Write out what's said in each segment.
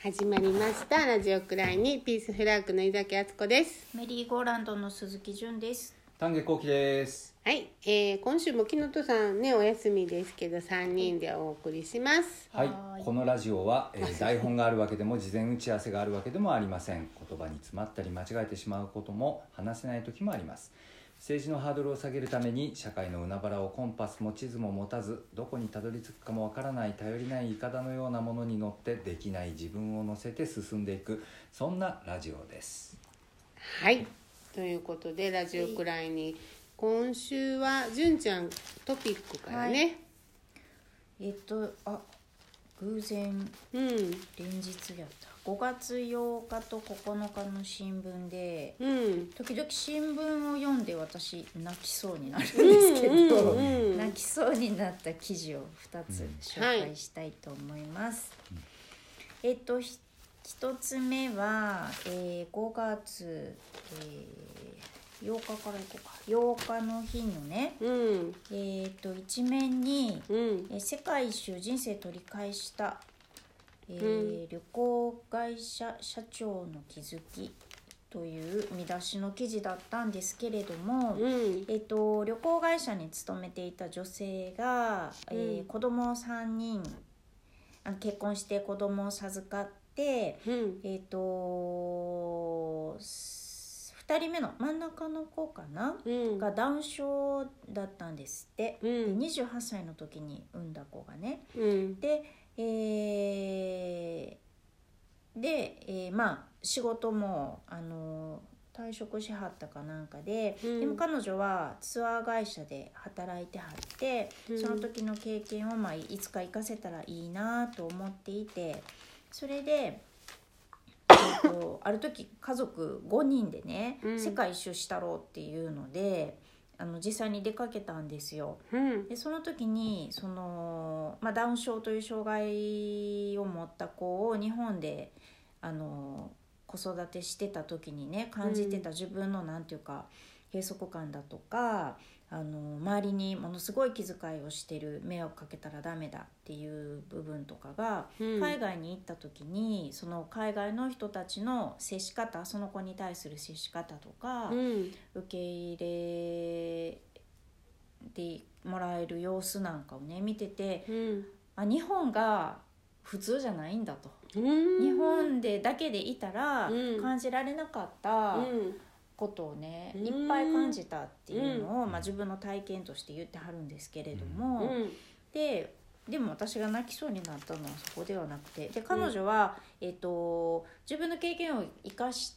始まりましたラジオくらいにピースフラッグの井崎敦子です。 メリーゴーランドの鈴木純です。 丹下幸喜です。 はい、今週も木野戸さんねお休みですけど3人でお送りします。 はい、このラジオは、台本があるわけでも事前打ち合わせがあるわけでもありません。言葉に詰まったり間違えてしまうことも話せない時もあります。政治のハードルを下げるために社会の海原をコンパスも地図も持たずどこにたどり着くかもわからない頼りないイカダのようなものに乗ってできない自分を乗せて進んでいく、そんなラジオです。 はい、ということでラジオくらいに今週は純ちゃんトピックからね、 偶然、連日やった5月8日と9日の新聞で、時々新聞を読んで私泣きそうになるんですけど、泣きそうになった記事を2つ紹介したいと思います。1つ目は、5月、8日からいこうか。8日の日のね、一面に、世界一周人生取り返した、旅行会社社長の気づきという見出しの記事だったんですけれども、旅行会社に勤めていた女性が、子供3人結婚して子供を授かって、2人目の真ん中の子かな、がダウン症だったんですって、28歳の時に産んだ子がね、まあ仕事も退職しはったかなんかで、でも彼女はツアー会社で働いてはって、その時の経験をいつか活かせたらいいなと思っていて、それである時家族5人でね、世界一周したろうっていうので実際に出かけたんですよ。でその時にダウン症という障害を持った子を日本で子育てしてた時にね感じてた自分のなんていうか閉塞感だとか、周りにものすごい気遣いをしてる、迷惑かけたらダメだっていう部分とかが、海外に行った時にその海外の人たちの接し方、その子に対する接し方とか、受け入れてもらえる様子なんかをね見てて、日本が普通じゃないんだと、日本でだけでいたら感じられなかったことをね、いっぱい感じたっていうのを、自分の体験として言ってはるんですけれども、でも私が泣きそうになったのはそこではなくて、で彼女は、自分の経験を生かして、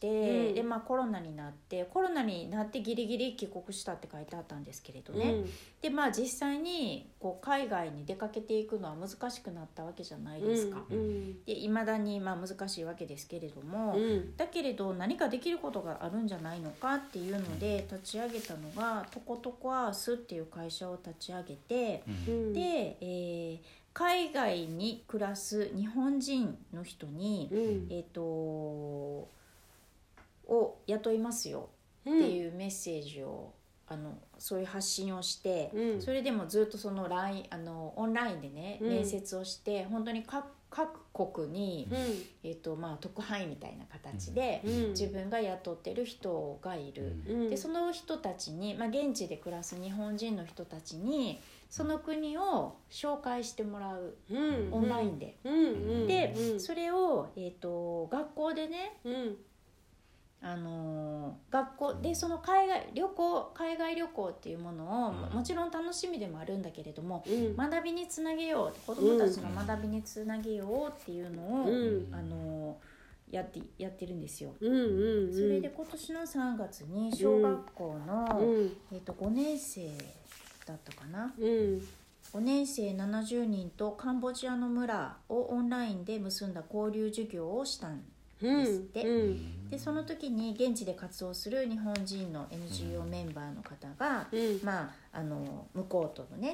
でコロナになってギリギリ帰国したって書いてあったんですけれどね、で実際に海外に出かけていくのは難しくなったわけじゃないですか、で未だに難しいわけですけれども、だけれど何かできることがあるんじゃないのかっていうので立ち上げたのがトコトコアースっていう会社を立ち上げて、で、海外に暮らす日本人の人に、を雇いますよっていうメッセージをそういう発信をして、それでもずっとそのオンラインでね、面接をして本当に各国に、特派員みたいな形で、自分が雇ってる人がいる、でその人たちに、現地で暮らす日本人の人たちにその国を紹介してもらう、オンラインで、でそれを、学校でね、学校でその海外旅行っていうものを、もちろん楽しみでもあるんだけれども、学びにつなげよう、子どもたちの学びにつなげようっていうのを、やってるんですよ、それで今年の3月に小学校の、5年生だったかな、5年生70人とカンボジアの村をオンラインで結んだ交流授業をしたんですって、でその時に現地で活動する日本人の NGO メンバーの方が、向こうとのね、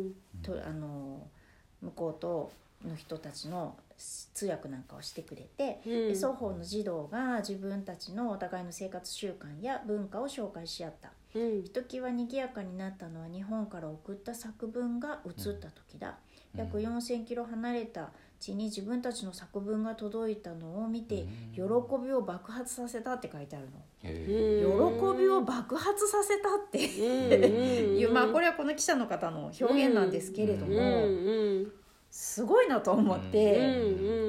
向こうとの人たちの通訳なんかをしてくれて、で双方の児童が自分たちのお互いの生活習慣や文化を紹介し合った、ひときわ賑やかになったのは日本から送った作文が移った時だ、約4000キロ離れたちに自分たちの作文が届いたのを見て喜びを爆発させたって書いてあるの。喜びを爆発させたっていうまあこれはこの記者の方の表現なんですけれども、すごいなと思って、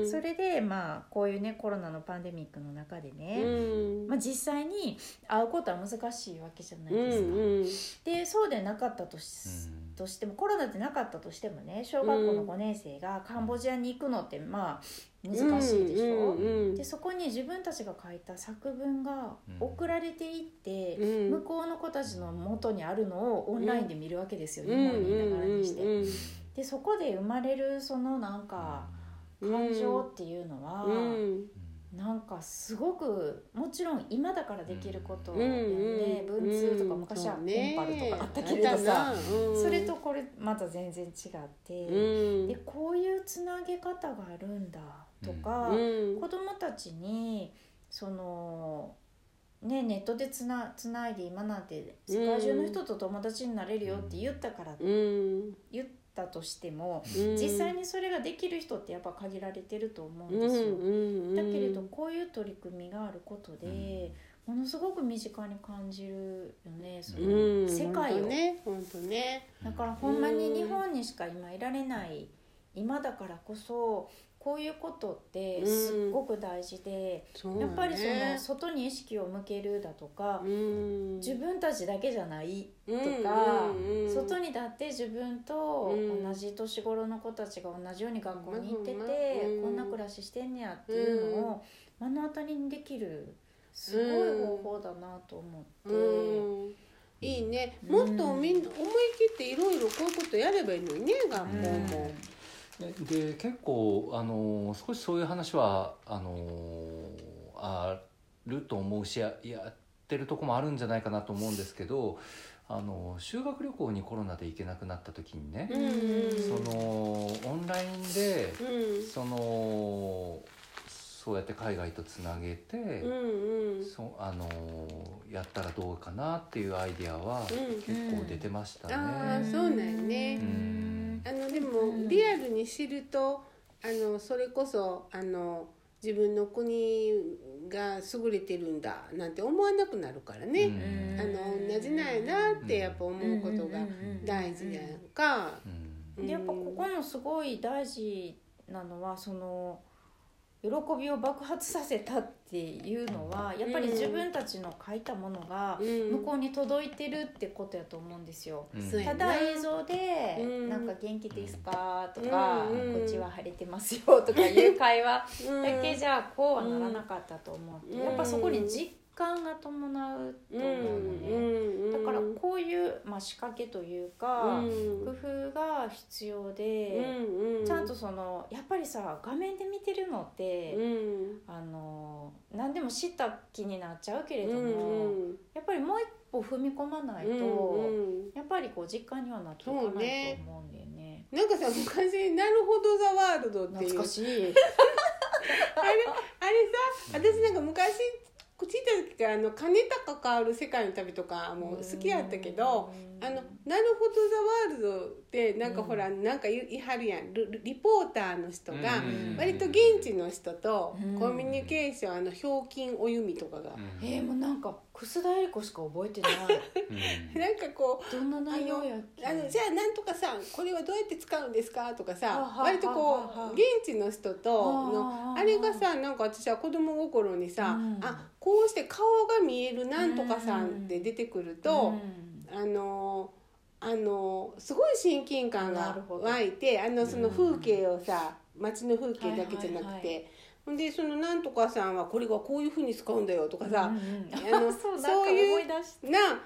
それでまあこういうねコロナのパンデミックの中でね、まあ、実際に会うことは難しいわけじゃないですか。でそうでなかったとしてもコロナでなかったとしてもね、小学校の5年生がカンボジアに行くのってまあ難しいでしょ。でそこに自分たちが書いた作文が送られていって、向こうの子たちの元にあるのをオンラインで見るわけですよ、日本にいながらにして。でそこで生まれるそのなんか感情っていうのは、なんかすごくもちろん今だからできることよね。文通とか昔はペンパルとかあったけれどさ、それとこれまた全然違って、でこういうつなげ方があるんだとか、子どもたちにそのね、ネットでつないで今なんて世界中の人と友達になれるよって言ったから、言ったとしても、実際にそれができる人ってやっぱ限られてると思うんですよ。だけれどこういう取り組みがあることで、ものすごく身近に感じるよね、その世界を。 本当ね。 だからほんまに日本にしか今いられない今だからこそ、こういうことってすっごく大事で、やっぱりその外に意識を向けるだとか、自分たちだけじゃないとか、外にだって自分と同じ年頃の子たちが同じように学校に行ってて、こんな暮らししてんねやっていうのを目の当たりにできるすごい方法だなと思って。 いいね。もっとみんな思い切っていろいろこういうことやればいいのにね、学校も。 で結構少しそういう話はあると思うし、やってるとこもあるんじゃないかなと思うんですけど、修学旅行にコロナで行けなくなった時にね、そのオンラインで、そうやって海外とつなげて、やったらどうかなっていうアイデアは結構出てましたね。 ああ、そうなんよね。でもリアルに知るとそれこそ自分の国が優れてるんだなんて思わなくなるからね。同じなんやなってやっぱ思うことが大事やんか。 やっぱここのすごい大事なのは、その喜びを爆発させたっていうのはやっぱり自分たちの書いたものが向こうに届いてるってことやと思うんですよ。ただ映像でなんか元気ですかとか、こっちは晴れてますよとかいう会話だけじゃこうはならなかったと思う。やっぱそこに実感が伴うと思うのね。だからこういう、仕掛けというか、工夫が必要で、ちゃんとそのやっぱりさ、画面で見てるのって、何でも知った気になっちゃうけれども、やっぱりもう一歩踏み込まないと、やっぱりこう実感にはなっていかないと思うんだよね。 なんかさ、昔なるほどザワールドっていう懐かしいあれさ、私なんか昔ちっちゃい時から金高変わる世界の旅とかも好きやったけど、なるほどザワールドってなんかほら、なんか言いはるやん、リポーターの人が割と現地の人とコミュニケーション、ひょうきんお弓とかが、 もうなんか楠田絵理子しか覚えてないなんかこうどんな内容やっけ、 じゃあなんとかさんこれはどうやって使うんですかとかさ、割とこう現地の人とのあれがさ、なんか私は子供心にさ、こうして顔が見えるなんとかさんって出てくると、すごい親近感が湧いて、その風景をさ、街の風景だけじゃなくて、でそのなんとかさんはこれがこういう風に使うんだよとかさ、そういうあれさ、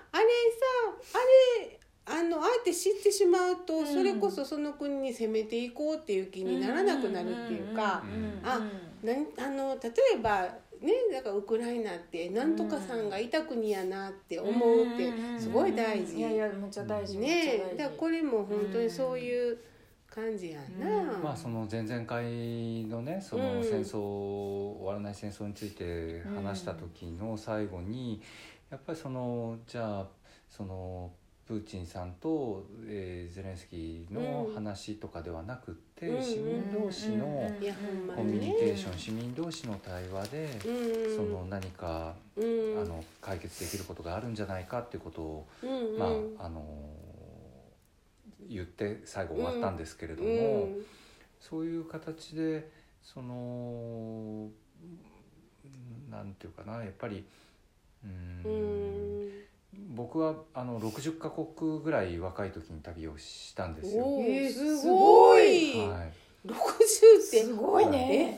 あえて知ってしまうと、それこそその国に攻めていこうっていう気にならなくなるっていうか、例えばね、だからウクライナってなんとかさんがいた国やなって思うってすごい大事。 いやめっちゃ大事ね。だからこれも本当にそういう感じやな。 その前々回のね、その戦争、終わらない戦争について話した時の最後に、やっぱりじゃあそのプーチンさんと、ゼレンスキーの話とかではなくって、市民同士のコミュニケーション、市民同士の対話で、その何か、解決できることがあるんじゃないかっていうことを、言って最後終わったんですけれども、そういう形でそのなんていうかな、やっぱり僕は60カ国ぐらい若い時に旅をしたんですよ。 すごい、 はい、 60ってすごいね。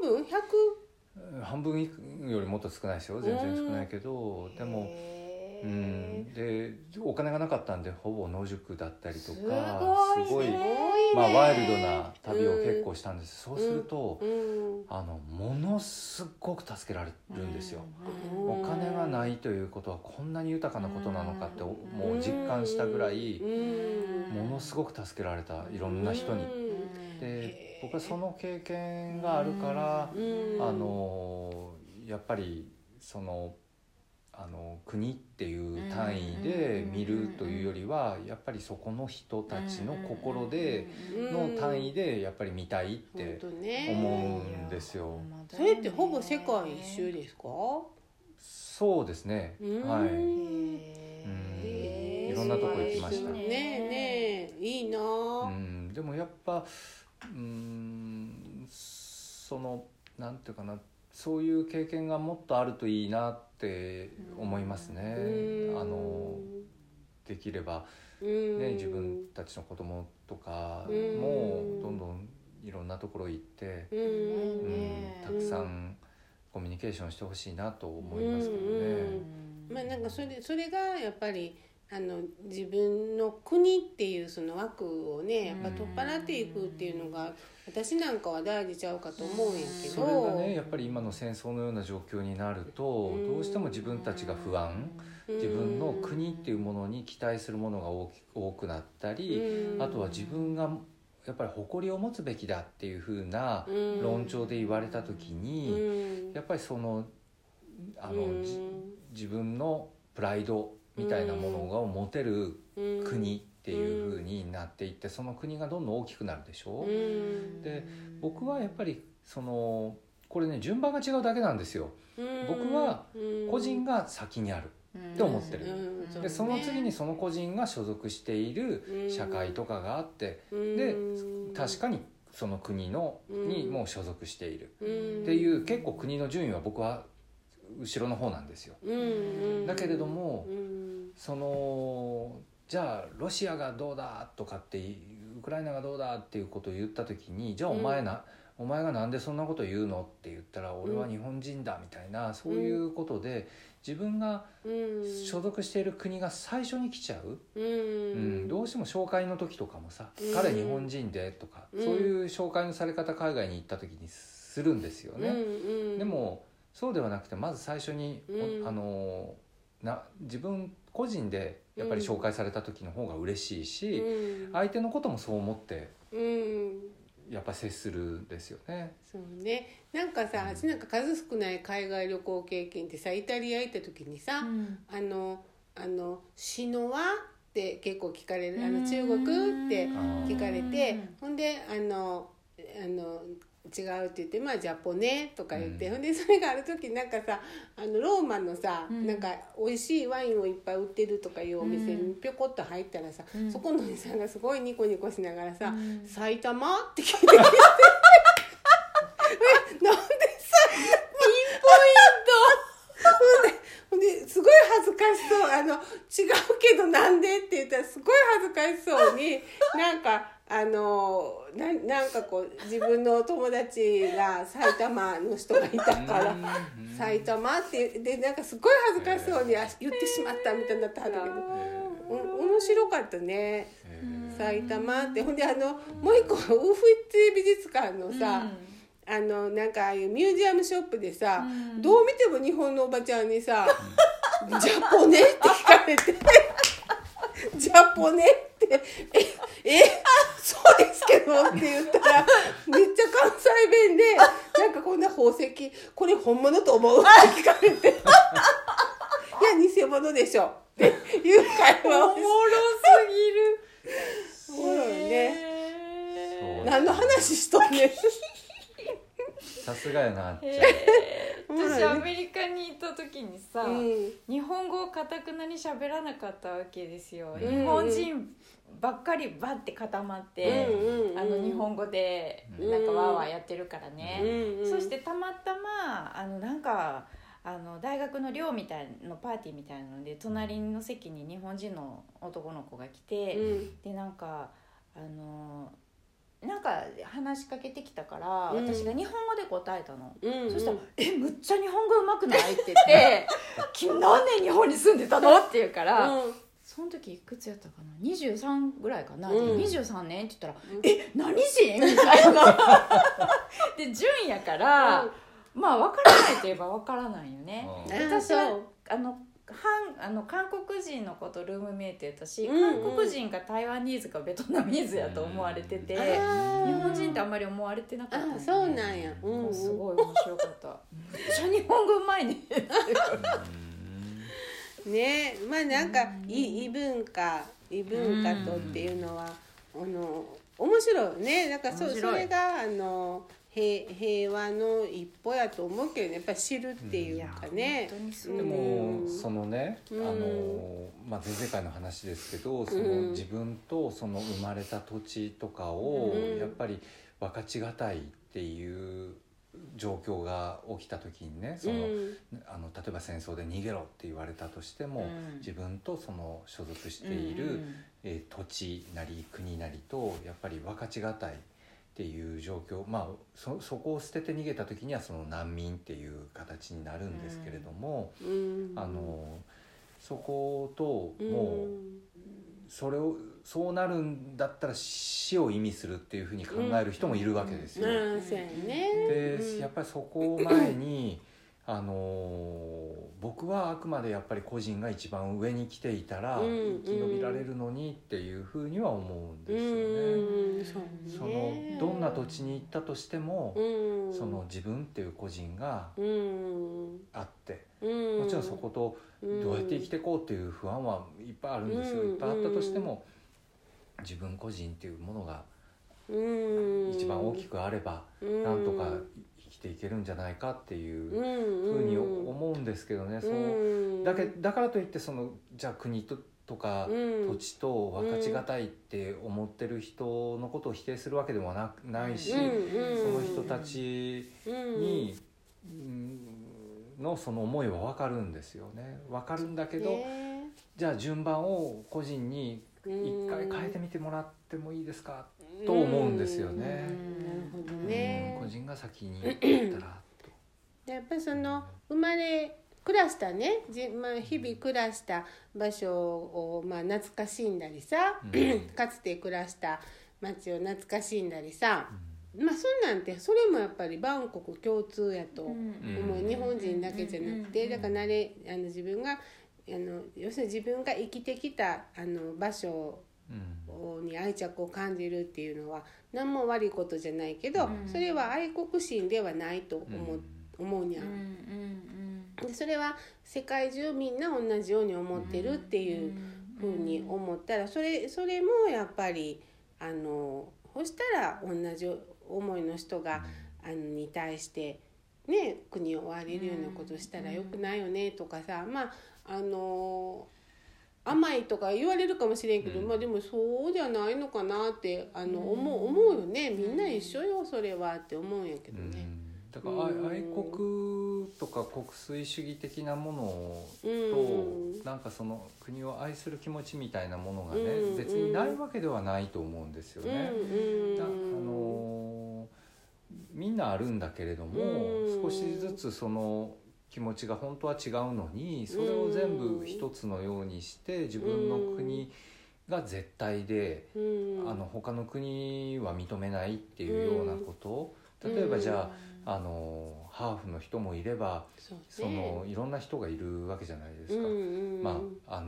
半分よりもっと少ないですよ、全然少ないけど、でもでお金がなかったんでほぼ野宿だったりとか、すごい、ワイルドな旅を結構したんです。そうすると、ものすごく助けられるんですよ。お金がないということはこんなに豊かなことなのかってもう実感したぐらい、ものすごく助けられた、いろんな人に。で、僕はその経験があるから、やっぱりその国っていう単位で見るというよりは、やっぱりそこの人たちの心での単位でやっぱり見たいって思うんですよ。 それってほぼ世界一周ですか？ そうですね、はい、いろんなとこ行きました。 ねえいいな。 でもやっぱそのなんていうかな、そういう経験がもっとあるといいなって思いますね。できれば、自分たちの子供とかもどんどんいろんなところ行って、たくさんコミュニケーションしてほしいなと思いますけどね。 なんかそれがやっぱり自分の国っていうその枠をね、やっぱ取っ払っていくっていうのが私なんかは大事ちゃうかと思うんやけど、 それがね、やっぱり今の戦争のような状況になると、どうしても自分たちが不安、自分の国っていうものに期待するものが多くなったり、あとは自分がやっぱり誇りを持つべきだっていう風な論調で言われた時に、やっぱりその自分のプライドみたいなものが持てる国っていう風になっていって、その国がどんどん大きくなるでしょ。で、僕はやっぱりこれね、順番が違うだけなんですよ。僕は個人が先にあるって思ってる。で、その次にその個人が所属している社会とかがあって、で確かにその国にも所属しているっていう、結構国の順位は僕は後ろの方なんですよ。だけれども、じゃあロシアがどうだとかってウクライナがどうだっていうことを言った時に、じゃあお前がなんでそんなこと言うのって言ったら、俺は日本人だみたいな、そういうことで自分が所属している国が最初に来ちゃう。どうしても紹介の時とかもさ、彼日本人でとか、そういう紹介のされ方海外に行った時にするんですよね。でもそうではなくて、まず最初に、自分個人でやっぱり紹介された時の方が嬉しいし、相手のこともそう思ってやっぱ接するんですよね。 そうね。なんかさ、私なんか数少ない海外旅行経験ってさ、イタリア行った時にさ、シノワって結構聞かれる、中国って聞かれて、ほんで違うって言って、ジャポネとか言って、ほんでそれがある時なんかさ、ローマのさ、なんか美味しいワインをいっぱい売ってるとかいうお店にぴょこっと入ったらさ、そこのおじさんがすごいニコニコしながらさ、埼玉って聞いてきてなんでさ、ピンポイントほんですごい恥ずかしそう、違うけどなんでって言ったらすごい恥ずかしそうになんかなんかこう自分の友達が埼玉の人がいたから埼玉ってでなんかすごい恥ずかしそうに言ってしまったみたいになったんだけど、面白かったね、埼玉って。ほんでもう一個ウーフィッツ美術館のさ、なんかああいうミュージアムショップでさ、どう見ても日本のおばちゃんにさジャポネって聞かれてジャポネってそうですけどって言ったらめっちゃ関西弁でなんかこんな宝石これ本物と思うって聞かれていや偽物でしょっていう会話をおもろすぎる。 おもろいね。 そう何の話しとんねん。 さすがやなっちゃ私アメリカに行った時にさ、 うん日本語をかたくなに喋らなかったわけですよ、 うん日本人ばっかりバッて固まって、日本語でなんかワーワーやってるからね、そしてたまたまなんか大学の寮みたいのパーティーみたいなので隣の席に日本人の男の子が来て、でなんかなんか話しかけてきたから、私が日本語で答えたの、そしたら「むっちゃ日本語うまくない?」って言って「君何年日本に住んでたの?」って言うから、その時いくつやったかな、23ぐらいかな、23年って言ったら「何人?」みたいなで順やから、まあ分からないといえば分からないよね。私は韓国人のことルームメイトやったし、韓国人が台湾ニーズかベトナムニーズやと思われてて、日本人ってあんまり思われてなかった、 あ、そうなんや。 すごい面白かっためっちゃ日本語うまいねね、まあなんか異文化とっていうのは面白いよね。だからそれが平和の一歩やと思うけどね、やっぱり知るっていうかね。 でもそのね、まあ前々回の話ですけど、その自分とその生まれた土地とかをやっぱり分かちがたいっていう状況が起きた時にね、例えば戦争で逃げろって言われたとしても、自分とその所属している、土地なり国なりとやっぱり分かちがたいっていう状況、まあそこを捨てて逃げた時にはその難民っていう形になるんですけれども、そこともうそうなるんだったら死を意味するっていうふうに考える人もいるわけですよ。でやっぱりそこを前に僕はあくまでやっぱり個人が一番上に来ていたら生き延びられるのにっていうふうには思うんですよね。そのどんな土地に行ったとしても、その自分っていう個人があって、もちろんそことどうやって生きていこうっていう不安はいっぱいあるんですよ。いっぱいあったとしても自分個人っていうものが一番大きくあればなんとか生きていけるんじゃないかっていうふうに思うんですけどね。だからといってじゃあ国とか土地と分かちがたいって思ってる人のことを否定するわけでもないし、その人たちにのその思いは分かるんですよね。分かるんだけど、じゃあ順番を個人に一回変えてみてもらってもいいですかと思うんですよね。 なるほどね。 個人が先に行ったらと。 やっぱり暮らしたね、日々暮らした場所を懐かしんだりさ、かつて暮らした街を懐かしんだりさ、そんなんてそれもやっぱり万国共通やと思う。日本人だけじゃなくて、だから自分が要するに自分が生きてきた場所に愛着を感じるっていうのは何も悪いことじゃないけど、それは愛国心ではないと思うにゃ。でそれは世界中みんな同じように思ってるっていうふうに思ったら、それもやっぱりそしたら同じ思いの人がに対してね、国を追われるようなことしたらよくないよねとかさ、甘いとか言われるかもしれんけど、でもそうじゃないのかなって思うよね。みんな一緒よそれはって思うんやけどね。 だから愛国とか国粋主義的なものと、なんかその国を愛する気持ちみたいなものがね、別にないわけではないと思うんですよね。みんなあるんだけれども、少しずつその気持ちが本当は違うのに、それを全部一つのようにして自分の国が絶対で、他の国は認めないっていうようなことを、例えばじゃあ、ハーフの人もいれば、いろんな人がいるわけじゃないですか。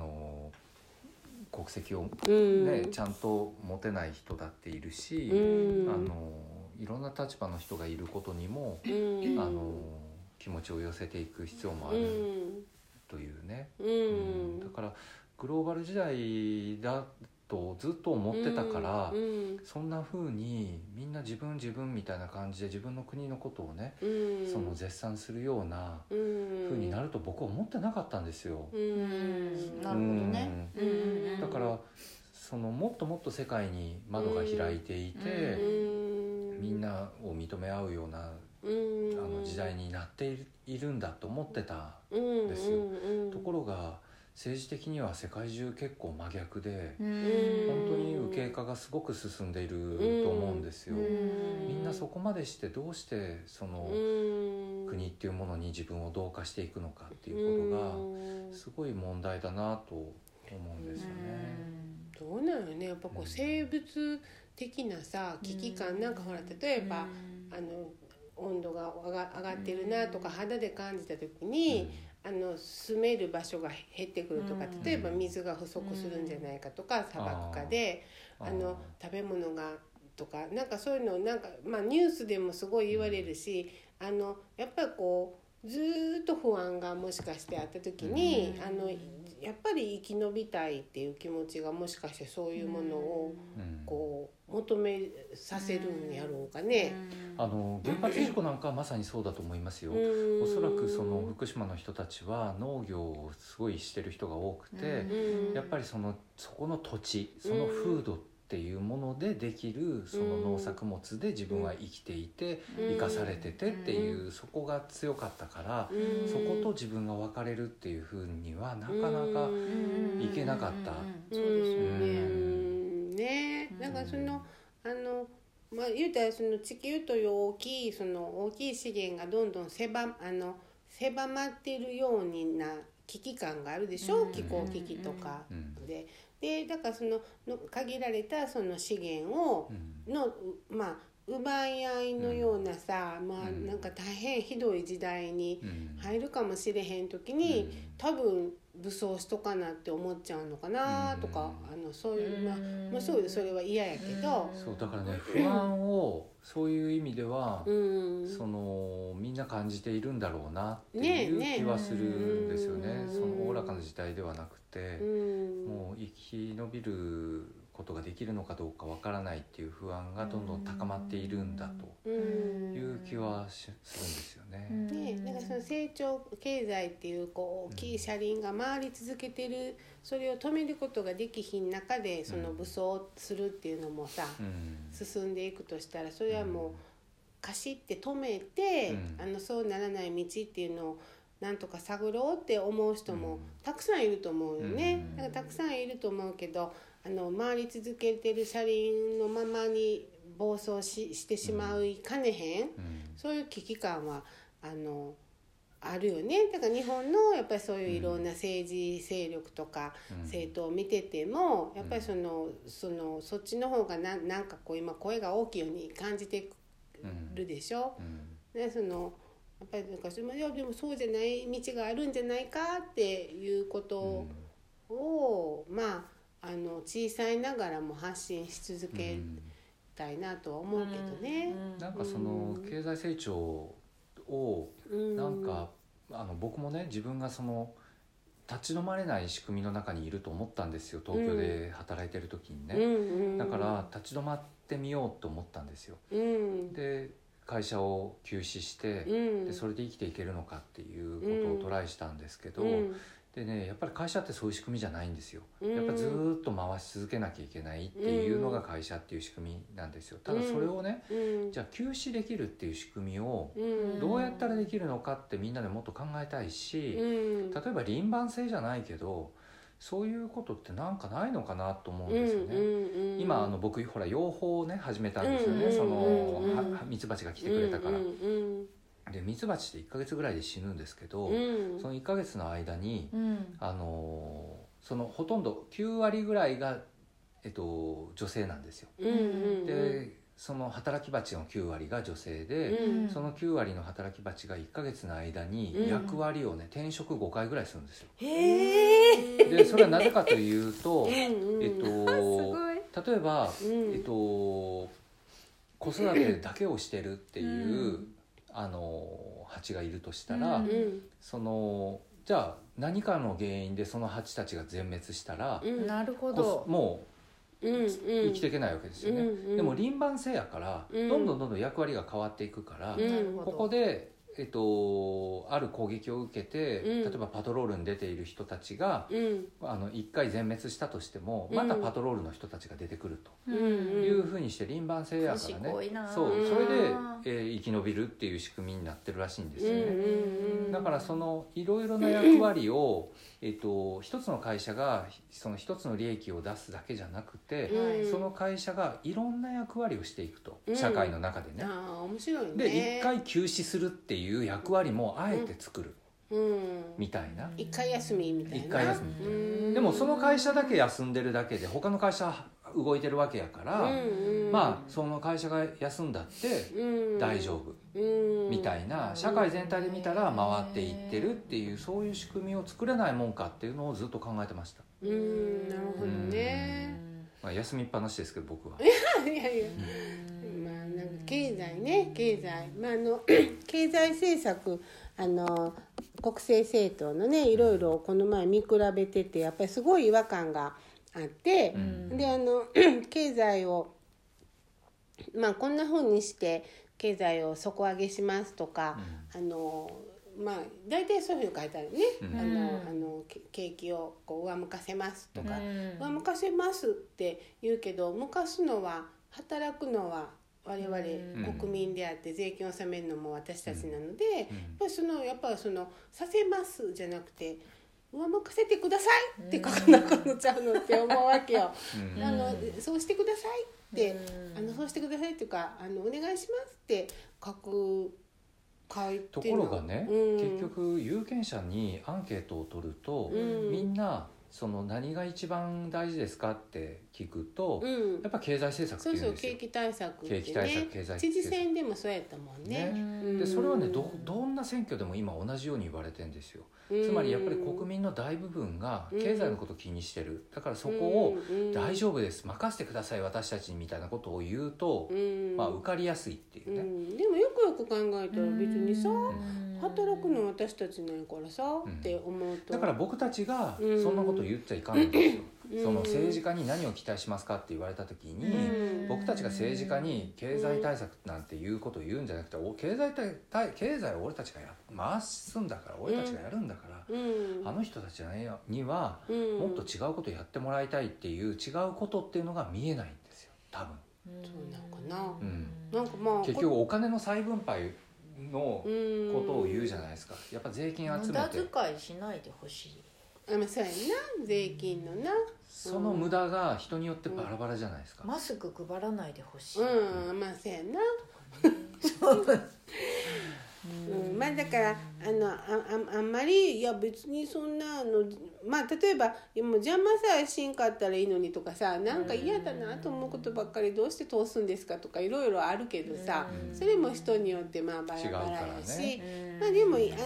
国籍を、ちゃんと持てない人だっているし、いろんな立場の人がいることにも、気持ちを寄せていく必要もあるというね。だかからグローバル時代だとずっと思ってたから、そんな風にみんな自分みたいな感じで自分の国のことをね、その絶賛するような風になると僕は思ってなかったんですよ。 なるほどね。 だからそのもっともっと世界に窓が開いていて、みんなを認め合うような時代になっているんだと思ってたんですよ。ところが政治的には世界中結構真逆で、本当に右傾化がすごく進んでいると思うんですよ。みんなそこまでしてどうしてその国っていうものに自分を同化していくのかっていうことがすごい問題だなと思うんですよね。 どうなのね、やっぱこう生物的なさ危機感、なんかほら例えば温度が上がってるなとか肌で感じた時に、住める場所が減ってくるとか、例えば水が不足するんじゃないかとか、砂漠化で食べ物がとか、なんかそういうのなんか、ニュースでもすごい言われるし、やっぱりこうずっと不安がもしかしてあった時に、やっぱり生き延びたいっていう気持ちがもしかしてそういうものをこう求めさせるんやろうかね。 原発事故なんかはまさにそうだと思いますよ。おそらくその福島の人たちは農業をすごいしてる人が多くて、やっぱりそこの土地、その風土っていうものでできるその農作物で自分は生きていて生かされててっていう、そこが強かったから、そこと自分が分かれるっていうふうにはなかなかいけなかった。 そうですよね。なんか言うたらその地球という大きい資源がどんどん狭まっているような危機感があるでしょ、気候危機とかで、だからその限られたその資源を奪い合いのようなさ、なんか大変ひどい時代に入るかもしれへん時に、多分武装しとかなって思っちゃうのかなとか、そういうそうそれは嫌やけど、 そうだからね、不安をそういう意味では、みんな感じているんだろうなっていう気はするんですよね。そのおおらかな時代ではなくて、もう生き延びることができるのかどうかわからないっていう不安がどんどん高まっているんだという気はするんですよね。 なんかその成長経済っていう大きい車輪が回り続けてる、それを止めることができひん中でその武装するっていうのもさ、進んでいくとしたら、それはもう貸して止めて、そうならない道っていうのをなんとか探ろうって思う人もたくさんいると思うよね。だからたくさんいると思うけど、回り続けてる車輪のままに暴走してしまいかねへん、そういう危機感はあるよね。だから日本のやっぱりそういういろんな政治勢力とか政党を見てても、やっぱりそっちの方がなんかこう今声が大きいように感じてるでしょ。でやっぱりなんかいやでもそうじゃない道があるんじゃないかっていうことを、小さいながらも発信し続けたいなとは思うけどね。 なんかその経済成長をなんか僕もね、自分が立ち止まれない仕組みの中にいると思ったんですよ、東京で働いてる時にね。だから立ち止まってみようと思ったんですよ。で会社を休止して、でそれで生きていけるのかっていうことをトライしたんですけど、でね、やっぱり会社ってそういう仕組みじゃないんですよ。やっぱずっと回し続けなきゃいけないっていうのが会社っていう仕組みなんですよ。ただそれをね、じゃあ休止できるっていう仕組みをどうやったらできるのかってみんなでもっと考えたいし、例えば輪番制じゃないけどそういうことってなんかないのかなと思うんですよね。今僕ほら養蜂をね始めたんですよね。ミツバチが来てくれたから。でミツバチって1ヶ月ぐらいで死ぬんですけど、その1ヶ月の間に、そのほとんど9割ぐらいが、女性なんですよ。でその働き蜂の9割が女性で、その9割の働き蜂が1ヶ月の間に役割をね、転職5回ぐらいするんですよ。でそれはなぜかというと、例えば、子育てだけをしてるっていう、蜂がいるとしたら、じゃあ何かの原因でその蜂たちが全滅したら、 なるほど。 もう生きていけないわけですよね、でも輪番制やから、どんどん役割が変わっていくから、ここである攻撃を受けて、例えばパトロールに出ている人たちが、一回全滅したとしても、またパトロールの人たちが出てくるというふうにして輪番制やからね、そうそれで、生き延びるっていう仕組みになってるらしいんですよね。だからそのいろいろな役割を、一つの会社がその一つの利益を出すだけじゃなくて、その会社がいろんな役割をしていくと、社会の中でね。 面白いね。 で一回休止するっていう役割もあえて作る、みたいな。 一回休みみたいな。 一回休み。でもその会社だけ休んでるだけで他の会社は動いてるわけやから、まあその会社が休んだって大丈夫、みたいな、社会全体で見たら回っていってるっていう、そういう仕組みを作れないもんかっていうのをずっと考えてました。 なるほどね。 まあ、休みっぱなしですけど僕は。 いやいや、まあなんか経済ね、経済、まあ経済政策、国政政党のね、いろいろこの前見比べてて、やっぱりすごい違和感があって、で経済をまあこんな風にして経済を底上げしますとか、まあ大体そういうふうに書いてあるね、景気をこう上向かせますとか、上向かせますって言うけど、向かすのは、働くのは我々国民であって、税金を納めるのも私たちなので、やっぱりそのさせますじゃなくて、上向かせてくださいって書かなかのちゃうのって思うわけよ。そうしてくださいって、そうしてくださいっていうか、お願いしますって書いてところがね、結局有権者にアンケートを取ると、みんなその何が一番大事ですかって聞くと、やっぱ経済政策っていうんですよ。 景気対策ってね、 景気対策、経済政策、 知事選でもそうやったもんね。 でそれはね、どんな選挙でも今同じように言われてるんですよ。つまりやっぱり国民の大部分が経済のことを気にしてる。だからそこを大丈夫です、任せてください私たちにみたいなことを言うと、まあ受かりやすいっていうね。 でもよくよく考えたら別にさ、働くの私たちないからさ、って思うと、 だから僕たちがそんなこと言っちゃいかんんですよ。その政治家に何を期待しますかって言われた時に、僕たちが政治家に経済対策なんていうことを言うんじゃなくて、経済を俺たちが回すんだから、俺たちがやるんだから、あの人たちにはもっと違うことをやってもらいたいっていう違うことっていうのが見えないんですよ、多分。 そうなんかな、なんかまあ結局お金の再分配のことを言うじゃないですか。やっぱ税金集めて無駄遣いしないでほしい。 そうやな、税金のな、 その無駄が人によってバラバラじゃないですか。 マスク配らないでほしい。 まあそうやな。まあだからあんまり、いや別にそんなまあ例えばもう邪魔さえしんかったらいいのにとかさ、なんか嫌だなと思うことばっかりどうして通すんですかとかいろいろあるけどさ、それも人によってまあバラバラやし、まあでもあまりに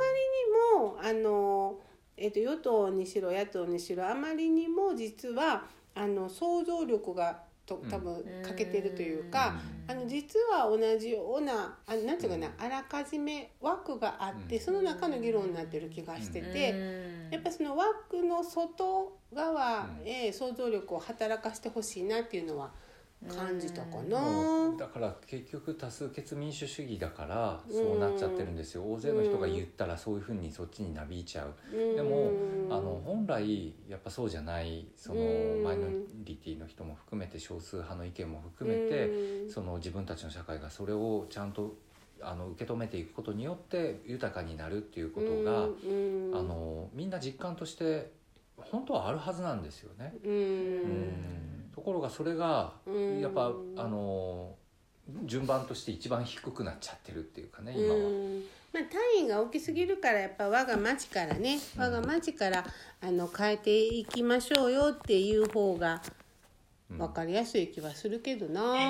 も与党にしろ野党にしろ、あまりにも実は想像力が多分欠けてるというか、実は同じようななんていうかな、あらかじめ枠があって、その中の議論になってる気がしてて、やっぱりその枠の外側へ想像力を働かせてほしいなっていうのは感じたかな。 だから結局多数決民主主義だからそうなっちゃってるんですよ。大勢の人が言ったらそういうふうにそっちになびいちゃう。でも本来やっぱそうじゃない、そのマイノリティの人も含めて少数派の意見も含めて、その自分たちの社会がそれをちゃんと受け止めていくことによって豊かになるっていうことがみんな実感として本当はあるはずなんですよね。ところがそれがやっぱ順番として一番低くなっちゃってるっていうかね、今は。 まあ、単位が大きすぎるから、やっぱ我が町からね、我が町から変えていきましょうよっていう方が分かりやすい気はするけどな。はい、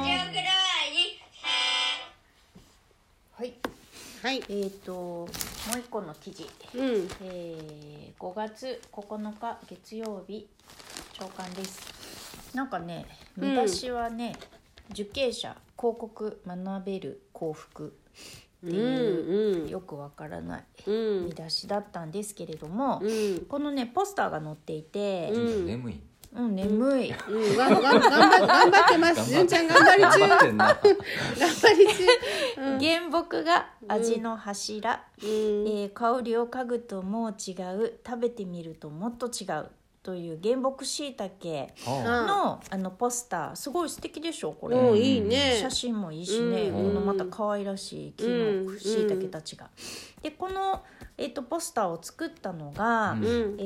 はい、 もう一個の記事、5月9日月曜日朝刊です。なんかね、見出しはね、受刑者広告学べる幸福っていう、 うんよくわからないうん見出しだったんですけれども、 うんこのねポスターが載っていて、 眠い。 眠い、 頑張ってます純ちゃん頑張り中頑張ってんな。 頑張り中原木が味の柱、香りを嗅ぐともう違う、食べてみるともっと違うという原木しいたけのポスター、すごい素敵でしょこれ、 いいね写真もいいしね、このまた可愛らしい木のしいたけたちが、でこの、ポスターを作ったのが、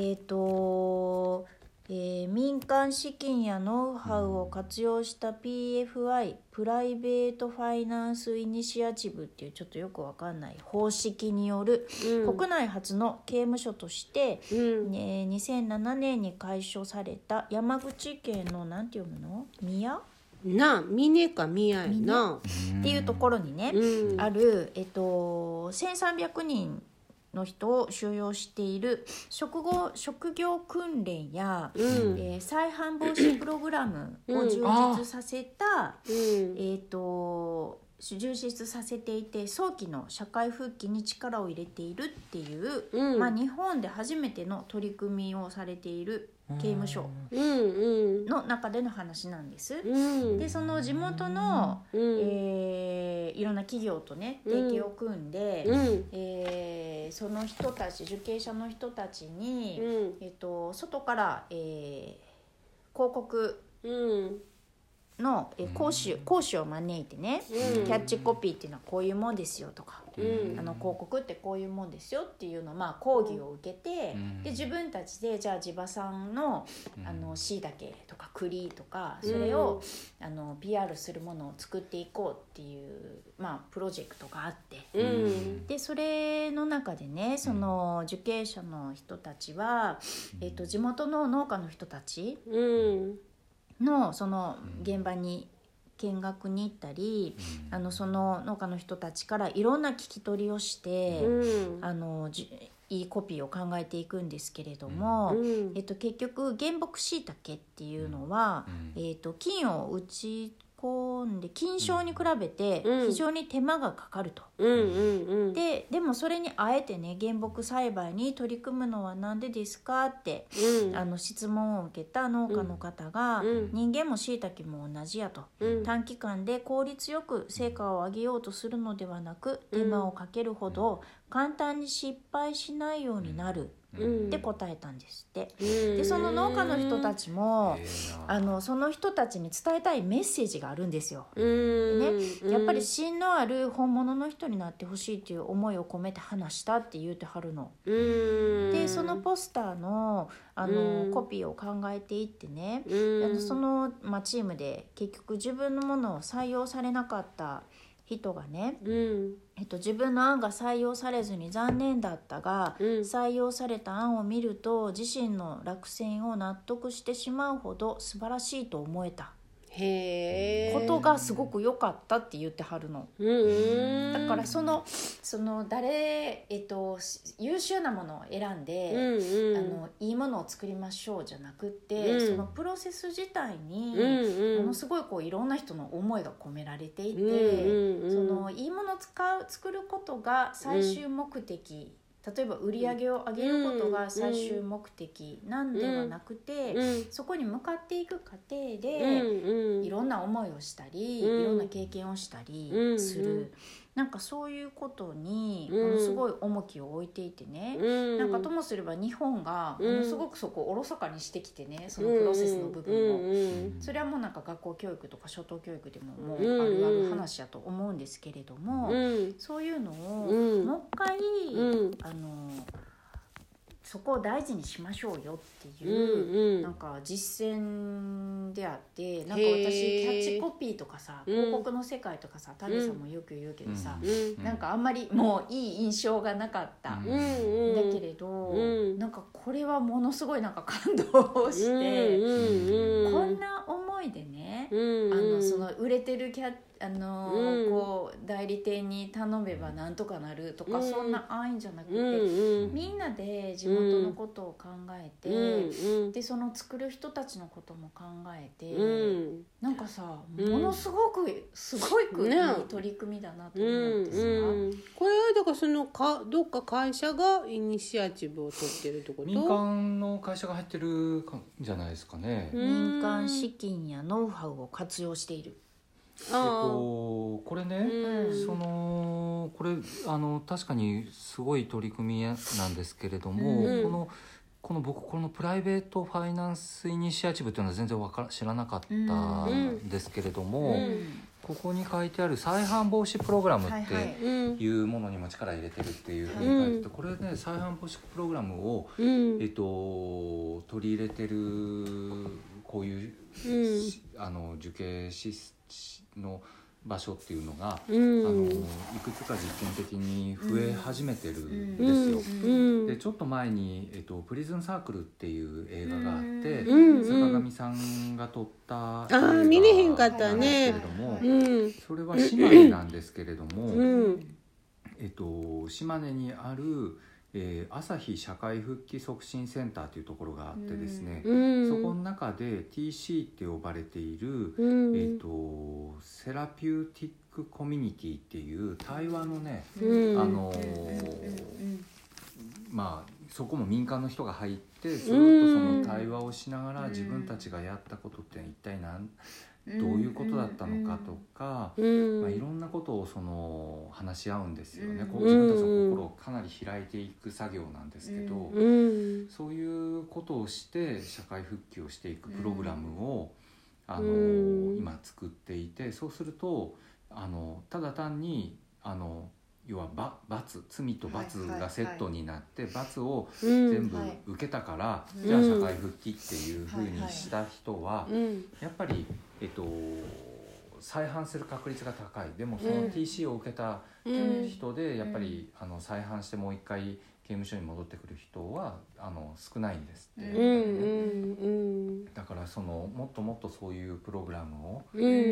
民間資金やノウハウを活用した PFI プライベートファイナンスイニシアチブっていうちょっとよくわかんない方式による、国内初の刑務所として、2007年に開所された山口県のなんて読むの宮な峰か宮やなっていうところにね、ある、1300人の人を収容している職業訓練や、再犯防止プログラムを充実させた、充実させていて早期の社会復帰に力を入れているっていう、日本で初めての取り組みをされている刑務所の中での話なんです。でその地元の、いろんな企業とね提携を組んで、その人たち受刑者の人たちに、外から、広告の講師を招いてね、キャッチコピーっていうのはこういうもんですよとか、広告ってこういうもんですよっていうのを講義を受けて、で自分たちでじゃあ地場産のしいたけとか栗とかそれをPR するものを作っていこうっていう、プロジェクトがあって、でそれの中でねその受刑者の人たちは、地元の農家の人たちのその現場に見学に行ったり、その農家の人たちからいろんな聞き取りをして、いいコピーを考えていくんですけれども、結局原木しいたけっていうのは、菌を打ち込んで菌床に比べて非常に手間がかかると、でもそれにあえてね原木栽培に取り組むのはなんでですかって、質問を受けた農家の方が、人間もしいたけも同じやと、短期間で効率よく成果を上げようとするのではなく、手間をかけるほど簡単に失敗しないようになるって答えたんですって。でその農家の人たちもその人たちに伝えたいメッセージがあるんですよ。でね、やっぱり芯のある本物の人になってほしいっていう思いを込めて話したって言うてはるの。でそのポスターのコピーを考えていってね、その、チームで結局自分のものを採用されなかった人がね、自分の案が採用されずに残念だったが、採用された案を見ると自身の落選を納得してしまうほど素晴らしいと思えたことがすごく良かったって言ってはるの。だからその優秀なものを選んで、いいものを作りましょうじゃなくて、そのプロセス自体にものすごいいろんな人の思いが込められていて、そのいいものを作ることが最終目的、例えば売り上げを上げることが最終目的なんではなくて、そこに向かっていく過程で、いろんな思いをしたり、いろんな経験をしたりする、なんかそういうことにものすごい重きを置いていてね、なんかともすれば日本がものすごくそこをおろそかにしてきてね、そのプロセスの部分を、それはもうなんか学校教育とか初等教育でももうあるある話やと思うんですけれども、そういうのをもう一回そこを大事にしましょうよっていう、なんか実践であって、なんか私キャッチコピーとかさ、広告の世界とかさ、タミさんもよく言うけどさ、なんかあんまりもういい印象がなかった、だけれど、なんかこれはものすごいなんか感動して、こんな思いでね、その売れてるこう代理店に頼めばなんとかなるとか、そんな安易じゃなくて、みんなで地元のことを考えて、でその作る人たちのことも考えて、なんかさ、ものすごくいい取り組みだなと思ってさ、 これはだからどっか会社がイニシアチブを取ってるってこと？ 民間の会社が入ってるんじゃないですかね。 民間資金やノウハウを活用している。 これね、これ確かにすごい取り組みなんですけれども、僕このプライベートファイナンスイニシアチブっていうのは全然知らなかったんですけれども、ここに書いてある再犯防止プログラムっていうものにも力入れてるっていうふうに書いてて、これね、再犯防止プログラムを、取り入れてるこういう受刑の場所っていうのが、いくつか実験的に増え始めてるんですよ。でちょっと前に、プリズンサークルっていう映画があって、坂上さんが撮った映画なん見れへんかったね。 けれども、それは島根なんですけれども、島根にある朝日社会復帰促進センターというところがあってですね、そこの中で TC って呼ばれている、セラピューティックコミュニティっていう対話のね、そこも民間の人が入ってずっとその対話をしながら、自分たちがやったことって一体どういうことだったのかとか、いろんなことを話し合うんですよね。自分たちの心をかなり開いていく作業なんですけど、そういうことをして社会復帰をしていくプログラムを今作っていて、そうするとただ単に要は罪と罰がセットになって、罰を全部受けたから、じゃあ社会復帰っていうふうにした人は、やっぱり再犯する確率が高い。でもその TC を受けた人でやっぱり再犯してもう一回刑務所に戻ってくる人は少ないんですって。だからもっともっとそういうプログラムを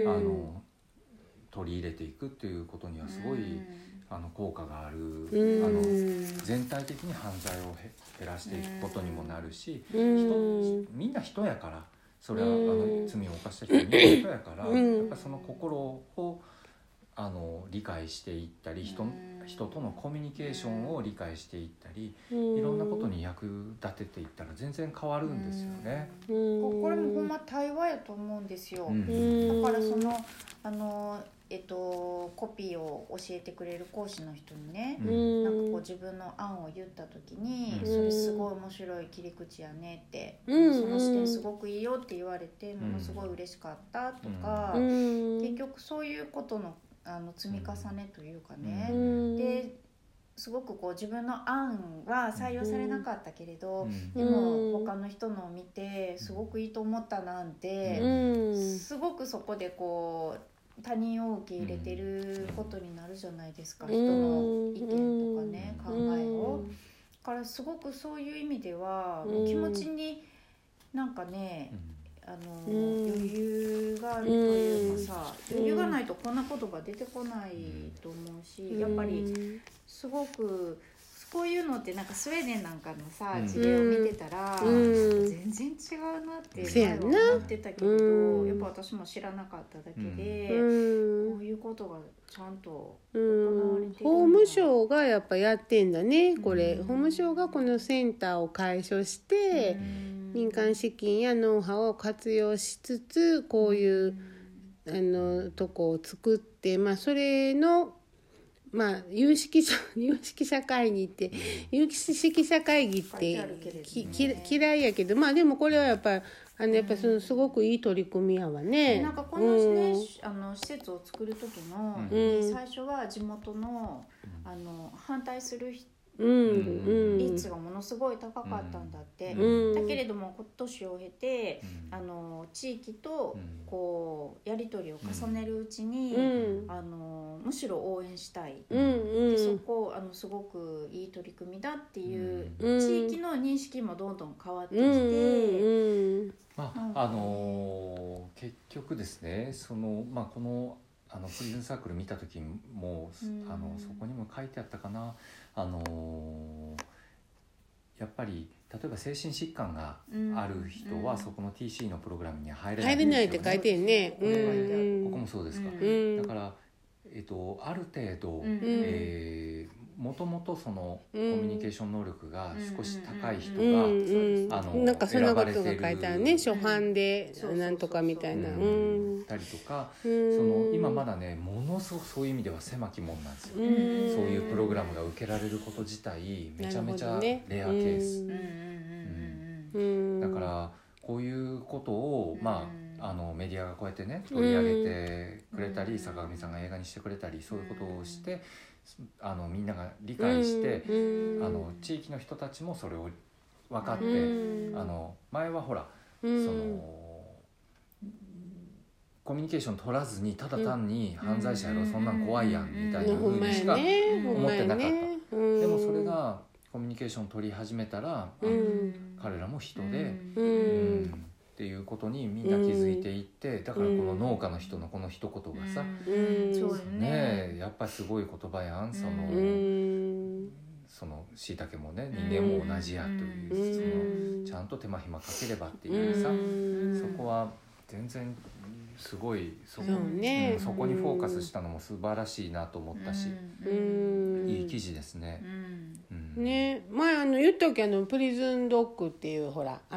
取り入れていくっていうことにはすごい効果がある。全体的に犯罪を減らしていくことにもなるし、みんな人やから、それは罪を犯した人はみんな人やから、やっぱその心を理解していったり、人とのコミュニケーションを理解していったり、いろんなことに役立てていったら全然変わるんですよね。 これもほんま対話やと思うんですよ。だからコピーを教えてくれる講師の人にね、なんか自分の案を言った時に、それすごい面白い切り口やねって、その視点すごくいいよって言われて、ものすごい嬉しかったとか、結局そういうことの積み重ねというかね、ですごく自分の案は採用されなかったけれど、でも他の人のを見てすごくいいと思ったなんて、すごくそこで他人を受け入れてることになるじゃないですか、人の意見とかね、考えを。だからすごくそういう意味では気持ちになんかね、余裕があるというかさ、余裕がないとこんな言葉出てこないと思うし、やっぱりすごくこういうのってなんかスウェーデンなんかのさ、事例を見てたら、全然違うなって前は思ってたけど、やっぱ私も知らなかっただけで、こういうことがちゃんと行われてる。 法務省がやっぱやってんだね、これ。法務省がこのセンターを開所して、民間資金やノウハウを活用しつつ、こういうとこを作って、それの有識者会議って、有識者会議って嫌いやけど、でもこれはやっぱりすごくいい取り組みやわね。 なんかこのね、施設を作る時の、最初は地元の反対する人率がものすごい高かったんだって、だけれども年を経て、地域とやり取りを重ねるうちに、むしろ応援したい、でそこすごくいい取り組みだっていう地域の認識もどんどん変わってきて、 結局ですね、このプリズンサークル見た時もそこにも書いてあったかな、やっぱり例えば精神疾患がある人はそこの TC のプログラムには入れないんですよね。 入れないって書いてるね。 ここもそうですか。だから、ある程度、もともとそのコミュニケーション能力が少し高い人が、 なんかそんなことが書いてあるね。初版でなんとかみたいな。 たりとか、今まだねものすごくそういう意味では狭き門なんですよ。そういうプログラムが受けられること自体めちゃめちゃレアケース。だからこういうことをメディアがこうやってね取り上げてくれたり、坂上さんが映画にしてくれたり、そういうことをしてみんなが理解して、地域の人たちもそれを分かって、前はほら、そのコミュニケーション取らずにただ単に犯罪者やろ、そんなん怖いやんみたいな風にしか思ってなかった。でもそれがコミュニケーション取り始めたら、彼らも人で、っていうことにみんな気づいていって、だからこの農家の人のこの一言がさ、ね、やっぱりすごい言葉やん。その椎茸もね、人間も同じやという、そのちゃんと手間暇かければっていうさ、そこは全然すごいそこにフォーカスしたのも素晴らしいなと思ったし、いい記事ですね。 ね、前言ったっけ、プリズンドッグっていうほら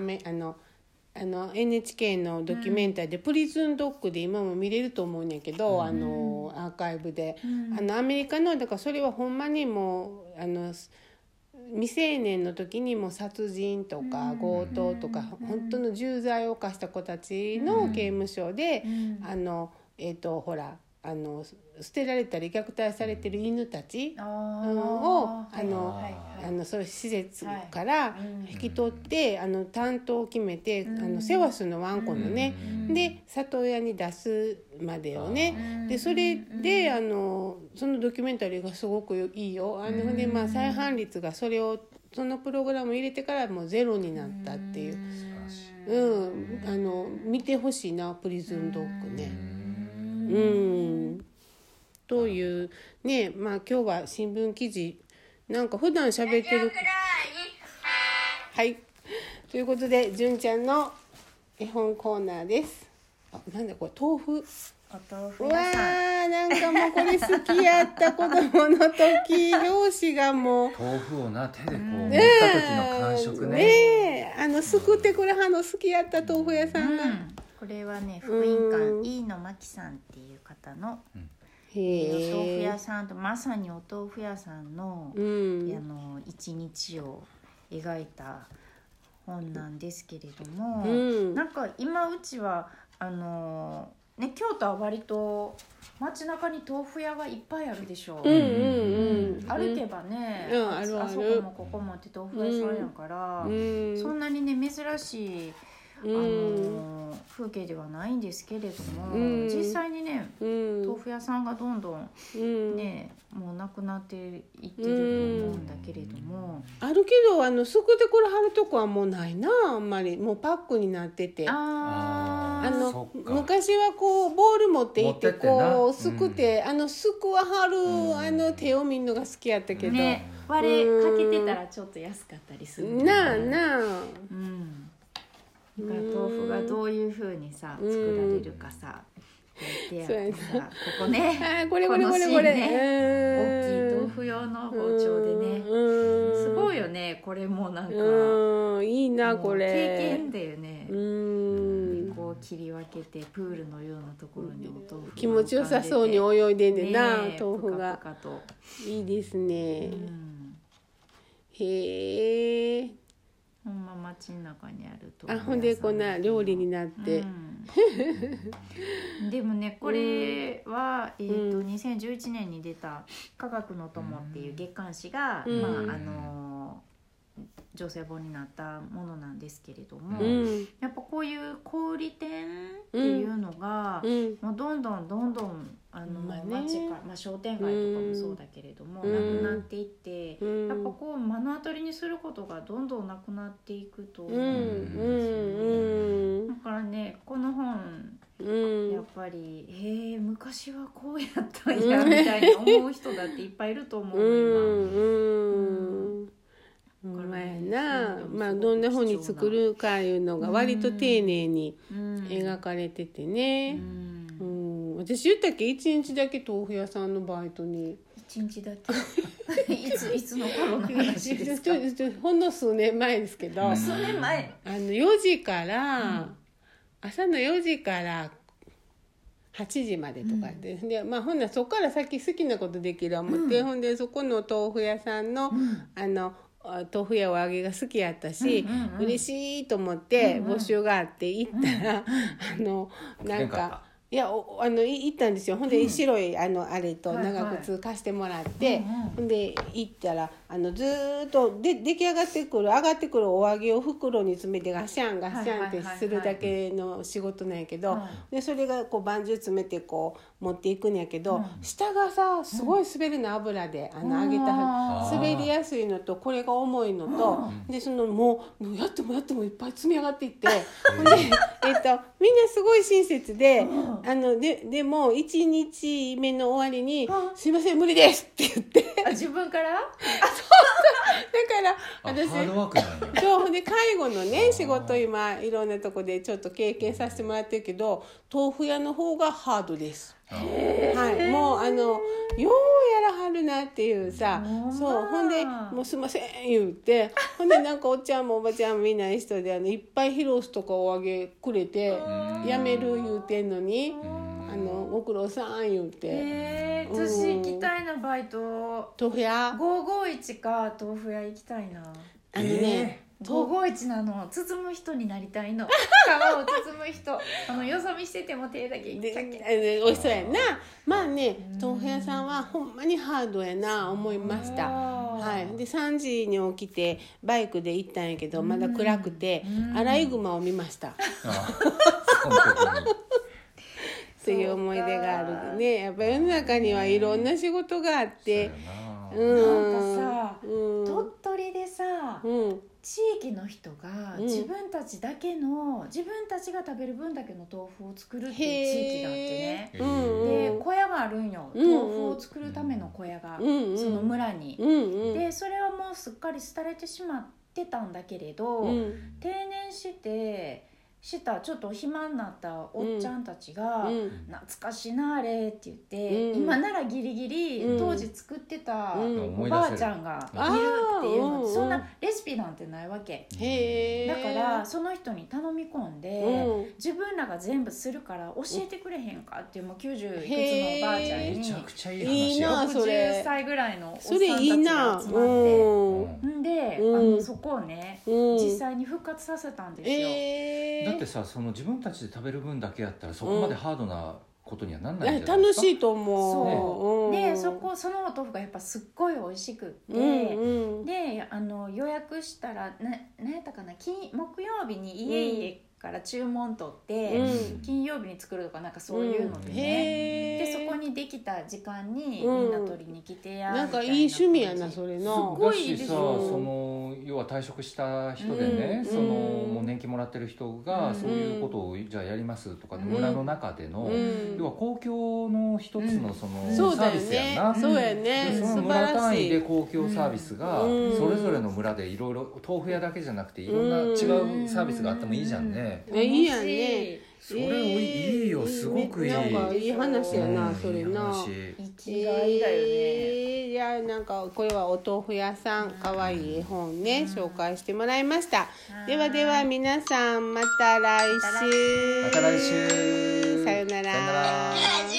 NHK のドキュメンタリーで、プリズンドッグで今も見れると思うんやけど、アーカイブで、アメリカのだからそれはほんまにもう未成年の時にも殺人とか強盗とか、本当の重罪を犯した子たちの刑務所で、ほら捨てられたり虐待されてる犬たちをそういう施設から引き取って、担当を決めて世話するのワンコのね、で里親に出すまでをね、でそれでそのドキュメンタリーがすごくいいよ。で再犯率がそのプログラム入れてからもうゼロになったっていう、見てほしいな、プリズンドッグね。というね、今日は新聞記事なんか普段喋ってるはいということで、純ちゃんの絵本コーナーです。なんだこれ、豆腐。うわー、なんかもうこれ好きやった子供の時表紙がもう豆腐をな手でこう持った時の感触ね。 すくってくれはんの好きやった豆腐屋さんが、 これはね、福音館飯野真紀さんっていう方の、お豆腐屋さんと、まさにお豆腐屋さんの、一日を描いた本なんですけれども、なんか今うちは京都は割と街中に豆腐屋がいっぱいあるでしょ。歩けばね、あそこもここもって豆腐屋さんやから、そんなにね珍しい風景ではないんですけれども、実際にね、豆腐屋さんがどんどんね、もうなくなっていってると思うんだけれども、 あるけどすくってくれはるとこはもうないな、あんまり。もうパックになってて、昔はこうボール持っていってこうすくってすくわはる手を見るのが好きやったけど、 割れかけてたらちょっと安かったりするなあ。 だから豆腐がどういう風にさ作られるかさ、ここね、 これ大きい豆腐用の包丁でね、すごいよね。これもなんかいいな、これ経験だよね。でこう切り分けてプールのようなところにお豆腐気持ちよさそうに泳いでんねんな、豆腐が。 ぷかぷかといいですね。へえ。 ほんま街の中にあると、 ほんでこんな料理になって、 でもね、これは、2011年に出た「科学の友」っていう月刊誌が、女性本になったものなんですけれども、やっぱこういう小売店っていうのが、もうどんどん街から、商店街とかもそうだけれども、なくなっていって、やっぱこう目の当たりにすることがどんどんなくなっていくと思うんですよね。だからね、この本やっぱり昔昔はこうやったんやみたいに思う人だっていっぱいいると思う今。ほんまやな。まあどんな風に作るかいうのが割と丁寧に描かれててね。私言ったっけ、1日だけ豆腐屋さんのバイトに。 1日だけいつの頃の話ですか？ ほんの数年前ですけど、 数年前、 4時から、朝の4時から8時までとかで、でまあほんならそこから先好きなことできる思って、ほんでそこの豆腐屋さんの、豆腐やお揚げが好きやったし、嬉しいと思って募集があって行ったら、なんかいや行ったんですよ。ほんで白いあれと長靴貸してもらって、ほんで行ったらずーっと出来上がってくるお揚げを袋に詰めてガシャンガシャンってするだけの仕事なんやけど、でそれがこうバンジュ詰めてこう持っていくんやけど、下がさすごい滑るの油で揚げた滑りやすいのとこれが重いのと、でもうやってもいっぱい積み上がっていって、ほんでみんなすごい親切で。でも1日目の終わりに「すいません無理です」って言って、 自分からだから私ハードワークなんや。 そうで介護のね仕事今いろんなとこでちょっと経験させてもらってるけど、豆腐屋の方がハードです。はい、もうようやらはるなっていうさ、そうほんでもうすいません言うて、ほんでなんかおっちゃんもおばちゃんもみんないい人でいっぱいヒロスとかお揚げくれてやめる言うてんのにご苦労さん言うて、 私行きたいなバイト。 豆腐屋 551か豆腐屋行きたいな。551の包む人になりたいの。皮を包む人。よそ見してても手だけいっちゃけ。 おいしそうやな。まあね、豆腐屋さんはほんまにハードやな思いました。はい。で3時に起きてバイクで行ったんやけどまだ暗くてアライグマを見ました。という思い出があるね。やっぱ世の中にはいろんな仕事があって、 なんかさ、鳥取でさ、地域の人が自分たちだけの、自分たちが食べる分だけの豆腐を作るっていう地域があってね。で小屋があるんよ。豆腐を作るための小屋が、その村に。でそれはもうすっかり廃れてしまってたんだけれど、定年したちょっと暇になったおっちゃんたちが、懐かしいなあれって言って、今ならギリギリ当時作ってたおばあちゃんがいるっていうの、そんなレシピなんてないわけ。だからその人に頼み込んで、自分らが全部するから教えてくれへんかっていう、もう90いくつのおばあちゃんに、 めちゃくちゃいい話や。 60歳ぐらいのおっさんたちが集まって、でそこをね実際に復活させたんですよ。 だってさ、その自分たちで食べる分だけやったらそこまでハードなことにはなんないんじゃないですか。 楽しいと思う。でそのお豆腐がやっぱすっごい美味しくって、で予約したら何やったかな、木曜日に家から注文取って、金曜日に作るとかなんかそういうのでね、でそこにできた時間にみんな取りに来てや、 なんかいい趣味やなそれな。 すごいいいですよ。 要は退職した人でね、もう年金もらってる人がそういうことをじゃあやりますとか、村の中での、要は公共の一つのサービスやな。 そうやね。 その村単位で公共サービスがそれぞれの村でいろいろ、豆腐屋だけじゃなくていろんな違うサービスがあってもいいじゃんね。 いいやんね。 それいいよ、すごくいい。 なんかいい話やな、それな。 生きがいだよね。 いや、なんかこれはお豆腐屋さん、かわいい絵本ね、紹介してもらいました。ではでは皆さんまた来週。 また来週。 さよなら。